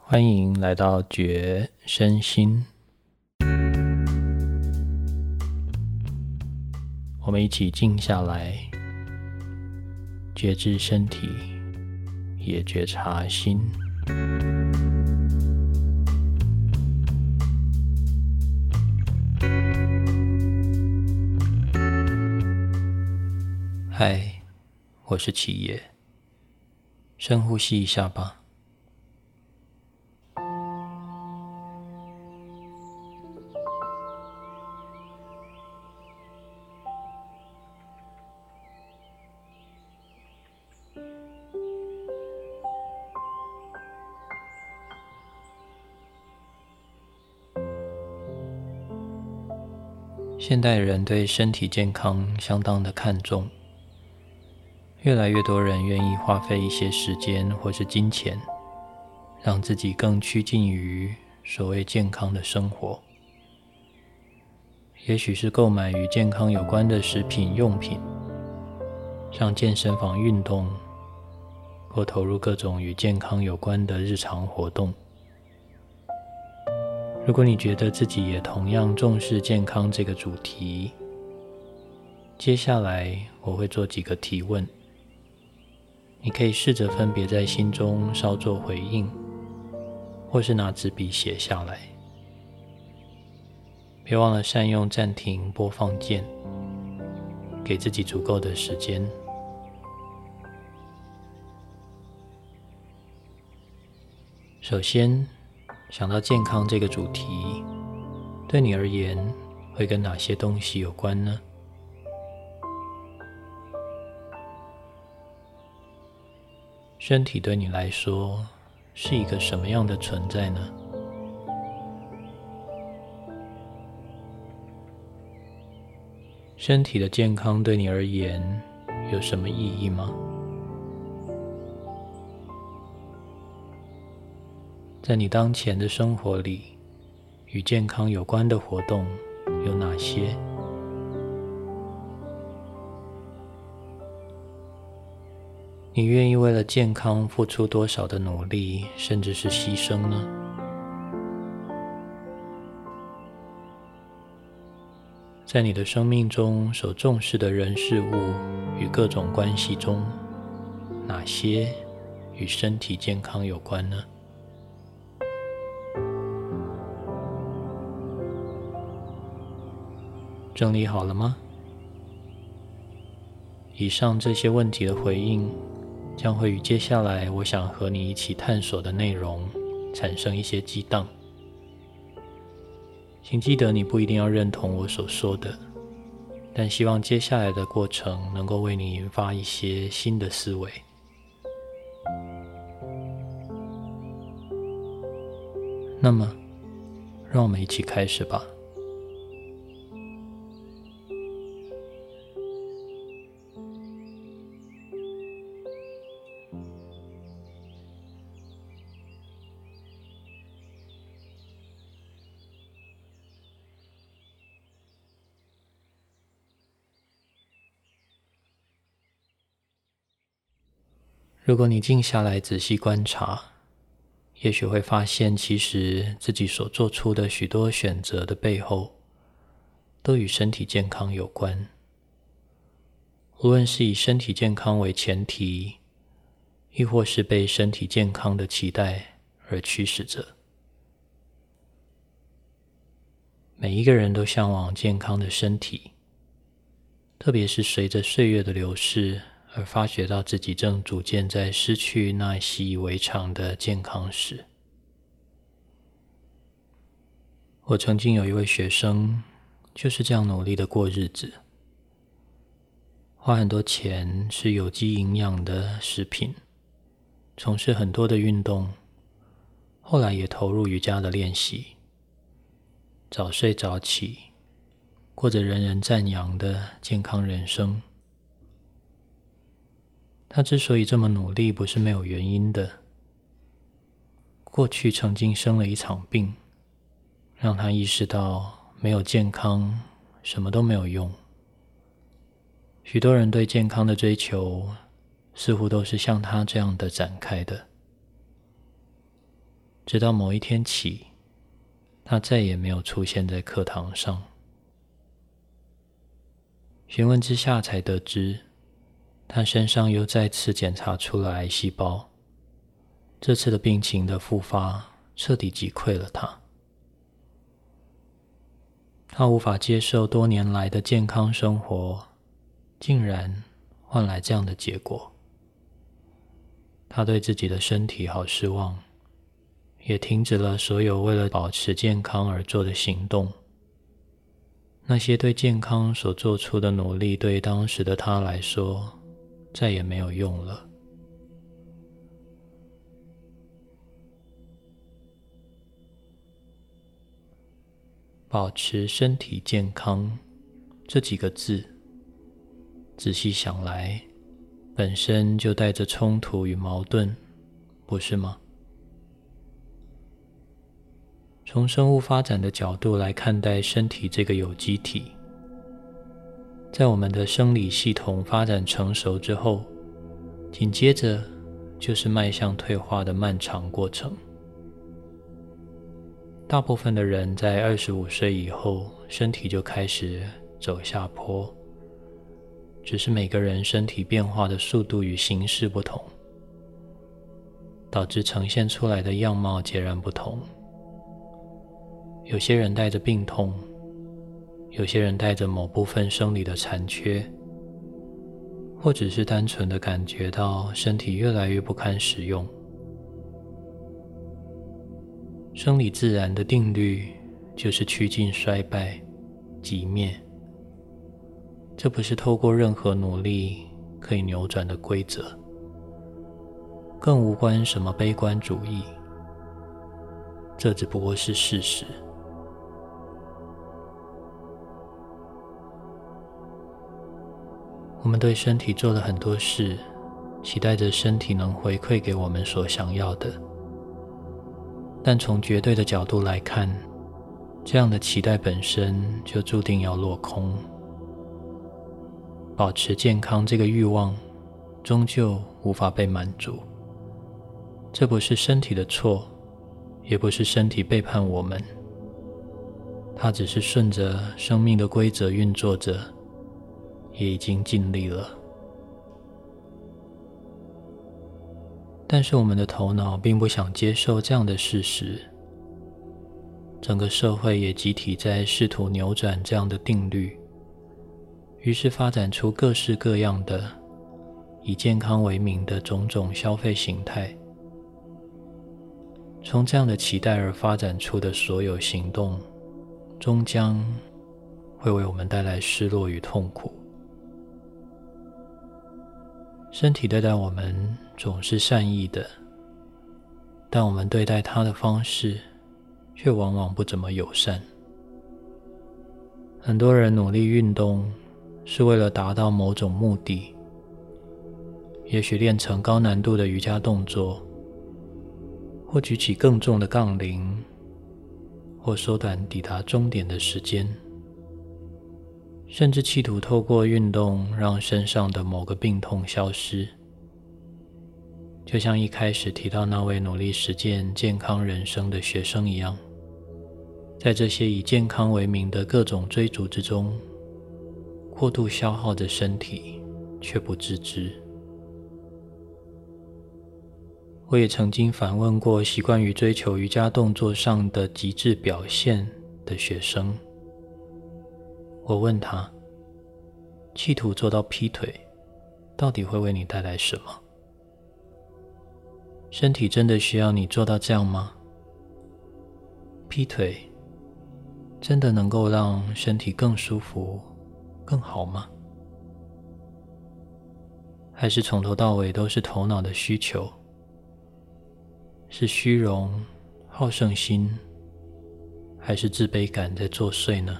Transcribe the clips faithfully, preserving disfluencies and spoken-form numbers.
欢迎来到觉身心，我们一起静下来，觉知身体，也觉察心。嗨，我是启野，深呼吸一下吧。现代人对身体健康相当的看重，越来越多人愿意花费一些时间或是金钱，让自己更趋近于所谓健康的生活。也许是购买与健康有关的食品用品，上健身房运动，或投入各种与健康有关的日常活动。如果你觉得自己也同样重视健康这个主题，接下来我会做几个提问，你可以试着分别在心中稍作回应，或是拿纸笔写下来。别忘了善用暂停播放键，给自己足够的时间。首先，想到健康这个主题，对你而言会跟哪些东西有关呢？身体对你来说是一个什么样的存在呢？身体的健康对你而言有什么意义吗？在你当前的生活里，与健康有关的活动有哪些？你愿意为了健康付出多少的努力，甚至是牺牲呢？在你的生命中所重视的人事物与各种关系中，哪些与身体健康有关呢？整理好了吗？以上这些问题的回应将会与接下来我想和你一起探索的内容产生一些激荡。请记得你不一定要认同我所说的，但希望接下来的过程能够为你引发一些新的思维。那么，让我们一起开始吧。如果你静下来仔细观察，也许会发现其实自己所做出的许多选择的背后都与身体健康有关。无论是以身体健康为前提，亦或是被身体健康的期待而驱使着。每一个人都向往健康的身体，特别是随着岁月的流逝而发觉到自己正逐渐在失去那习以为常的健康时。我曾经有一位学生就是这样努力的过日子，花很多钱吃有机营养的食品，从事很多的运动，后来也投入瑜伽的练习，早睡早起，过着人人赞扬的健康人生。他之所以这么努力，不是没有原因的。过去曾经生了一场病，让他意识到没有健康，什么都没有用。许多人对健康的追求，似乎都是像他这样的展开的。 直到某一天起，他再也没有出现在课堂上。询问之下才得知，他身上又再次检查出了癌细胞，这次的病情的复发彻底击溃了他。他无法接受多年来的健康生活，竟然换来这样的结果。他对自己的身体好失望，也停止了所有为了保持健康而做的行动。那些对健康所做出的努力，对当时的他来说，再也没有用了。保持身体健康这几个字，仔细想来，本身就带着冲突与矛盾，不是吗？从生物发展的角度来看待身体这个有机体，在我们的生理系统发展成熟之后，紧接着就是迈向退化的漫长过程。大部分的人在二十五岁以后，身体就开始走下坡，只是每个人身体变化的速度与形式不同，导致呈现出来的样貌截然不同。有些人带着病痛，有些人带着某部分生理的残缺，或只是单纯的感觉到身体越来越不堪使用。生理自然的定律就是趋近衰败、寂灭，这不是透过任何努力可以扭转的规则，更无关什么悲观主义，这只不过是事实。我们对身体做了很多事，期待着身体能回馈给我们所想要的，但从绝对的角度来看，这样的期待本身就注定要落空。保持健康这个欲望终究无法被满足，这不是身体的错，也不是身体背叛我们，它只是顺着生命的规则运作着，也已经尽力了。但是我们的头脑并不想接受这样的事实，整个社会也集体在试图扭转这样的定律，于是发展出各式各样的以健康为名的种种消费形态。从这样的期待而发展出的所有行动，终将会为我们带来失落与痛苦。身体对待我们总是善意的，但我们对待它的方式却往往不怎么友善。很多人努力运动是为了达到某种目的，也许练成高难度的瑜伽动作，或举起更重的杠铃，或缩短抵达终点的时间，甚至企图透过运动让身上的某个病痛消失。就像一开始提到那位努力实践健康人生的学生一样，在这些以健康为名的各种追逐之中，过度消耗着身体，却不自知。我也曾经反问过习惯于追求瑜伽动作上的极致表现的学生，我问他，企图做到劈腿，到底会为你带来什么？身体真的需要你做到这样吗？劈腿真的能够让身体更舒服、更好吗？还是从头到尾都是头脑的需求？是虚荣、好胜心，还是自卑感在作祟呢？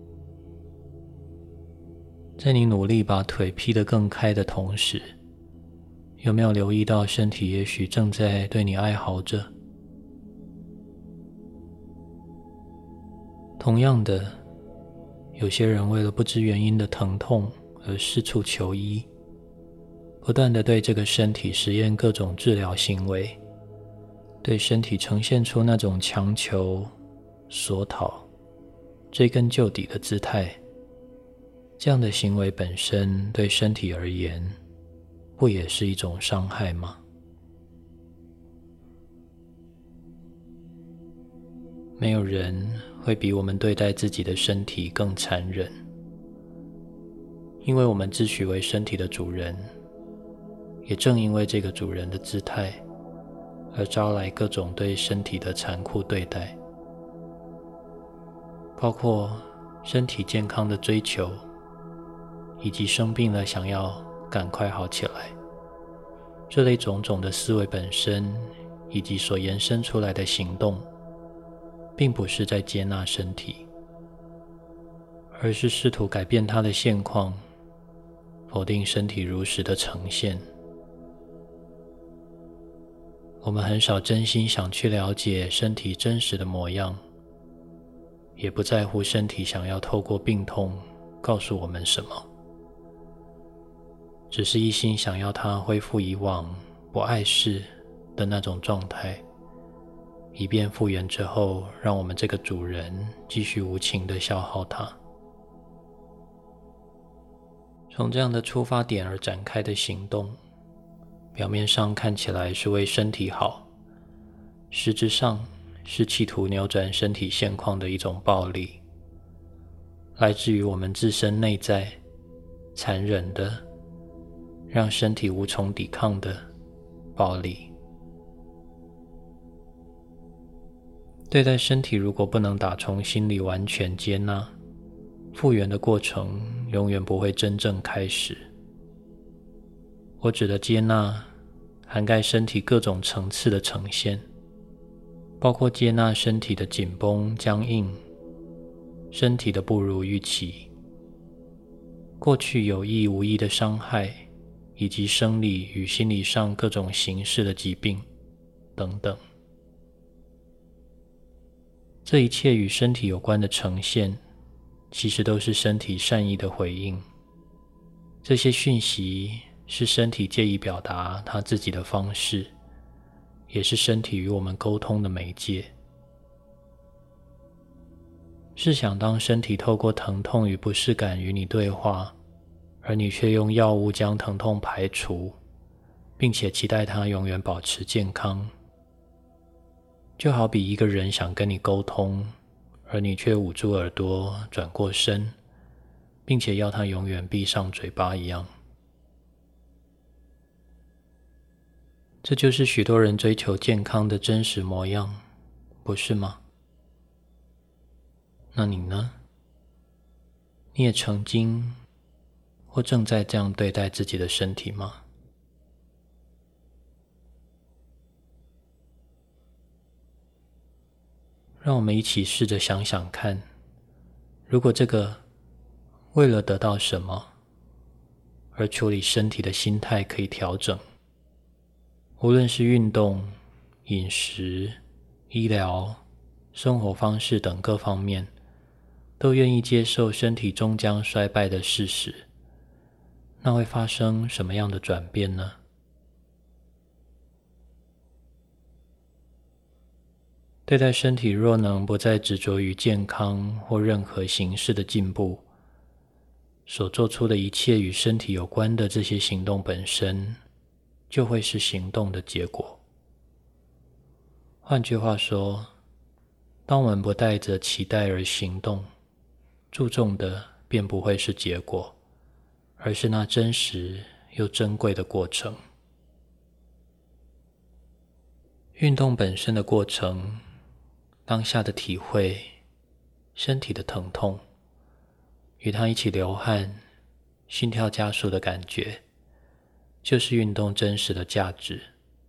在你努力把腿劈得更开的同时，有没有留意到身体也许正在对你哀嚎着？同样的，有些人为了不知原因的疼痛而四处求医，不断地对这个身体实验各种治疗行为， 对身体呈现出那种强求、索讨、追根究底的姿态，这样的行为本身对身体而言，不也是一种伤害吗？没有人会比我们对待自己的身体更残忍，因为我们自诩为身体的主人，也正因为这个主人的姿态，而招来各种对身体的残酷对待，包括身体健康的追求，以及生病了想要赶快好起来。这类种种的思维本身，以及所延伸出来的行动，并不是在接纳身体，而是试图改变它的现况，否定身体如实的呈现。我们很少真心想去了解身体真实的模样，也不在乎身体想要透过病痛告诉我们什么，只是一心想要它恢复以往不碍事的那种状态，以便复原之后，让我们这个主人继续无情地消耗它。从这样的出发点而展开的行动，表面上看起来是为身体好，实质上是企图扭转身体现况的一种暴力，来自于我们自身内在残忍的让身体无从抵抗的暴力。对待身体如果不能打从心里完全接纳，复原的过程永远不会真正开始。我指的接纳涵盖身体各种层次的呈现，包括接纳身体的紧绷僵硬，身体的不如预期，过去有意无意的伤害，以及生理与心理上各种形式的疾病等等。这一切与身体有关的呈现，其实都是身体善意的回应。这些讯息是身体借以表达它自己的方式，也是身体与我们沟通的媒介。试想，当身体透过疼痛与不适感与你对话，而你却用药物将疼痛排除，并且期待它永远保持健康，就好比一个人想跟你沟通，而你却捂住耳朵转过身，并且要他永远闭上嘴巴一样。这就是许多人追求健康的真实模样，不是吗？那你呢？你也曾经或正在这样对待自己的身体吗？让我们一起试着想想看，如果这个为了得到什么而处理身体的心态可以调整，无论是运动、饮食、医疗、生活方式等各方面，都愿意接受身体终将衰败的事实，那会发生什么样的转变呢？对待身体若能不再执着于健康或任何形式的进步，所做出的一切与身体有关的这些行动本身，就会是行动的结果。换句话说，当我们不带着期待而行动，注重的便不会是结果，而是那真实又珍贵的过程。运动本身的过程，当下的体会，身体的疼痛，与它一起流汗、心跳加速的感觉，就是运动真实的价值。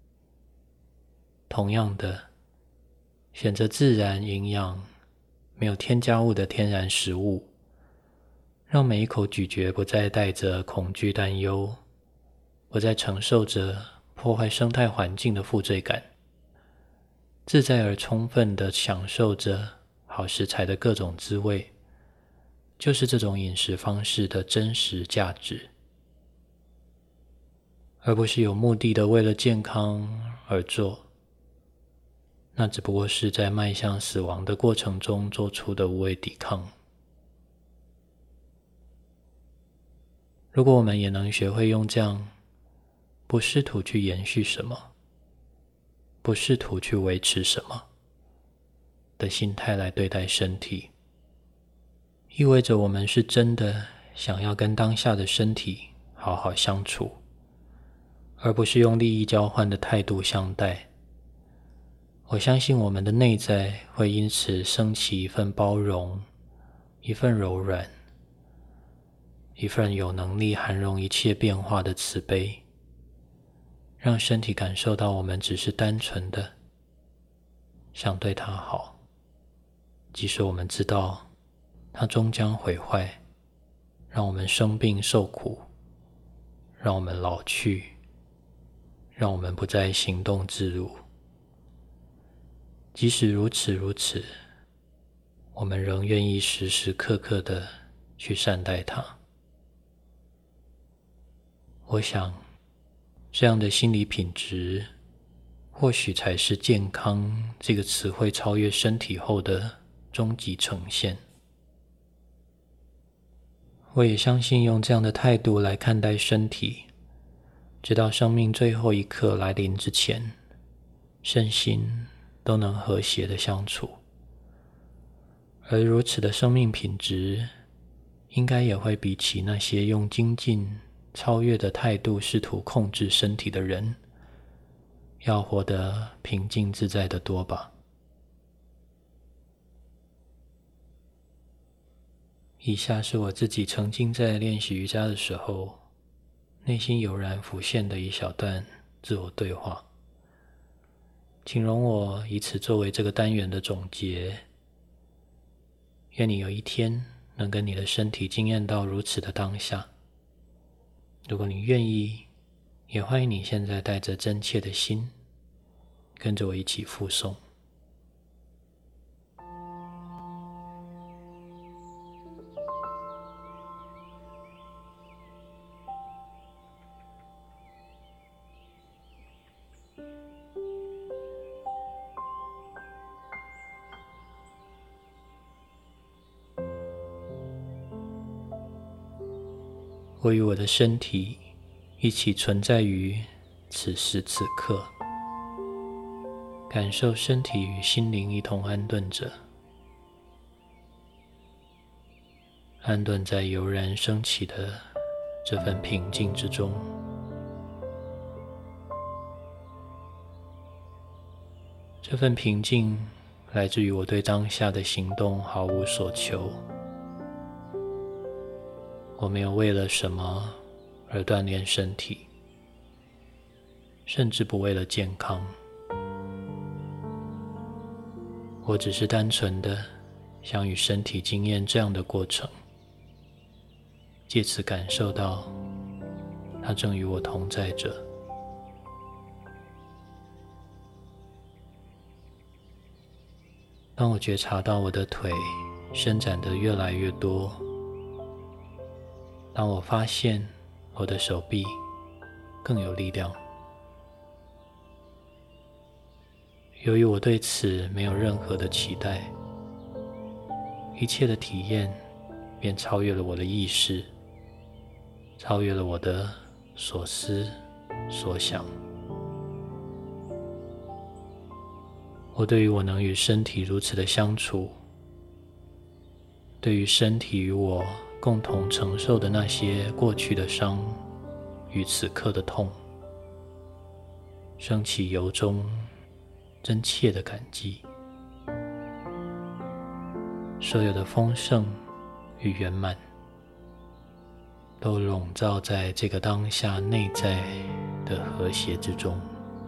同样的，选择自然、营养、没有添加物的天然食物，让每一口咀嚼不再带着恐惧担忧，不再承受着破坏生态环境的负罪感，自在而充分地享受着好食材的各种滋味，就是这种饮食方式的真实价值，而不是有目的的为了健康而做。 那只不过是在迈向死亡的过程中做出的无谓抵抗。如果我们也能学会用这样不试图去延续什么，不试图去维持什么的心态来对待身体，意味着我们是真的想要跟当下的身体好好相处，而不是用利益交换的态度相待。我相信我们的内在会因此升起一份包容，一份柔软，一份有能力涵容一切变化的慈悲，让身体感受到我们只是单纯的想对它好，即使我们知道它终将毁坏，让我们生病受苦，让我们老去，让我们不再行动自如。即使如此如此，我们仍愿意时时刻刻的去善待它。我想，这样的心理品质，或许才是健康这个词汇超越身体后的终极呈现。我也相信用这样的态度来看待身体，直到生命最后一刻来临之前，身心都能和谐的相处。而如此的生命品质，应该也会比起那些用精进超越的态度试图控制身体的人，要活得平静自在得多吧。以下是我自己曾经在练习瑜伽的时候，内心油然浮现的一小段自我对话，请容我以此作为这个单元的总结。愿你有一天能跟你的身体经验到如此的当下。如果你愿意，也欢迎你现在带着真切的心，跟着我一起复诵。我与我的身体一起存在于此时此刻，感受身体与心灵一同安顿着，安顿在油然升起的这份平静之中。这份平静来自于我对当下的行动毫无所求。我没有为了什么而锻炼身体，甚至不为了健康。我只是单纯的想与身体经验这样的过程，借此感受到它正与我同在着。当我觉察到我的腿伸展得越来越多，当我发现我的手臂更有力量，由于我对此没有任何的期待，一切的体验便超越了我的意识，超越了我的所思所想。我对于我能与身体如此的相处，对于身体与我共同承受的那些过去的伤与此刻的痛，升起由衷真切的感激。所有的丰盛与圆满都笼罩在这个当下内在的和谐之中。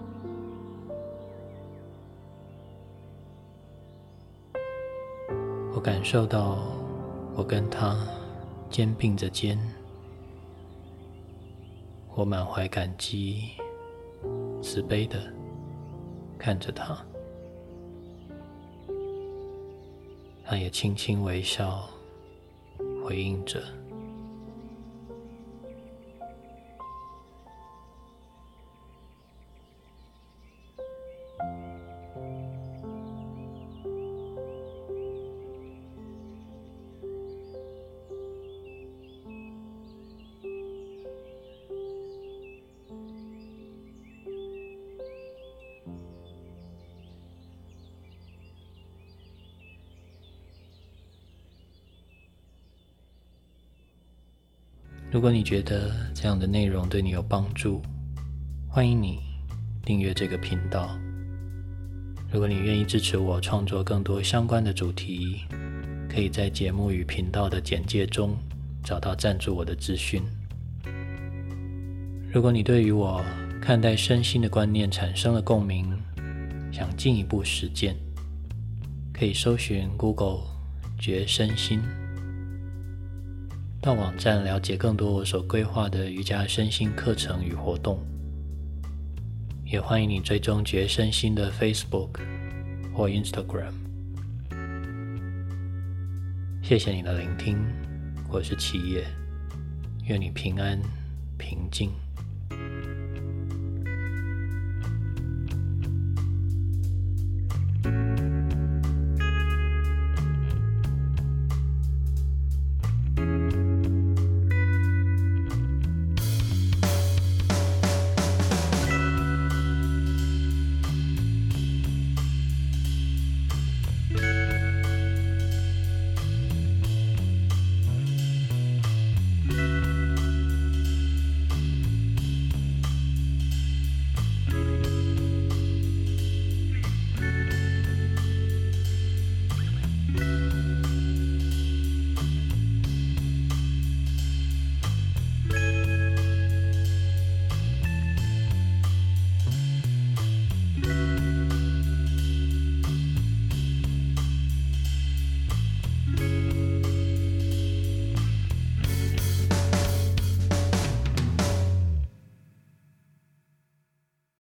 我感受到我跟他肩并着肩，我满怀感激慈悲地看着他，他也轻轻微笑回应着。 如果你觉得这样的内容对你有帮助，欢迎你订阅这个频道。如果你愿意支持我创作更多相关的主题，可以在节目与频道的简介中找到赞助我的资讯。如果你对于我看待身心的观念产生了共鸣，想进一步实践，可以搜寻 Google 觉身心，到网站了解更多我所规划的瑜伽身心课程与活动。也欢迎你追踪觉身心的 Facebook 或 Instagram。谢谢你的聆听，我是七叶，愿你平安平静。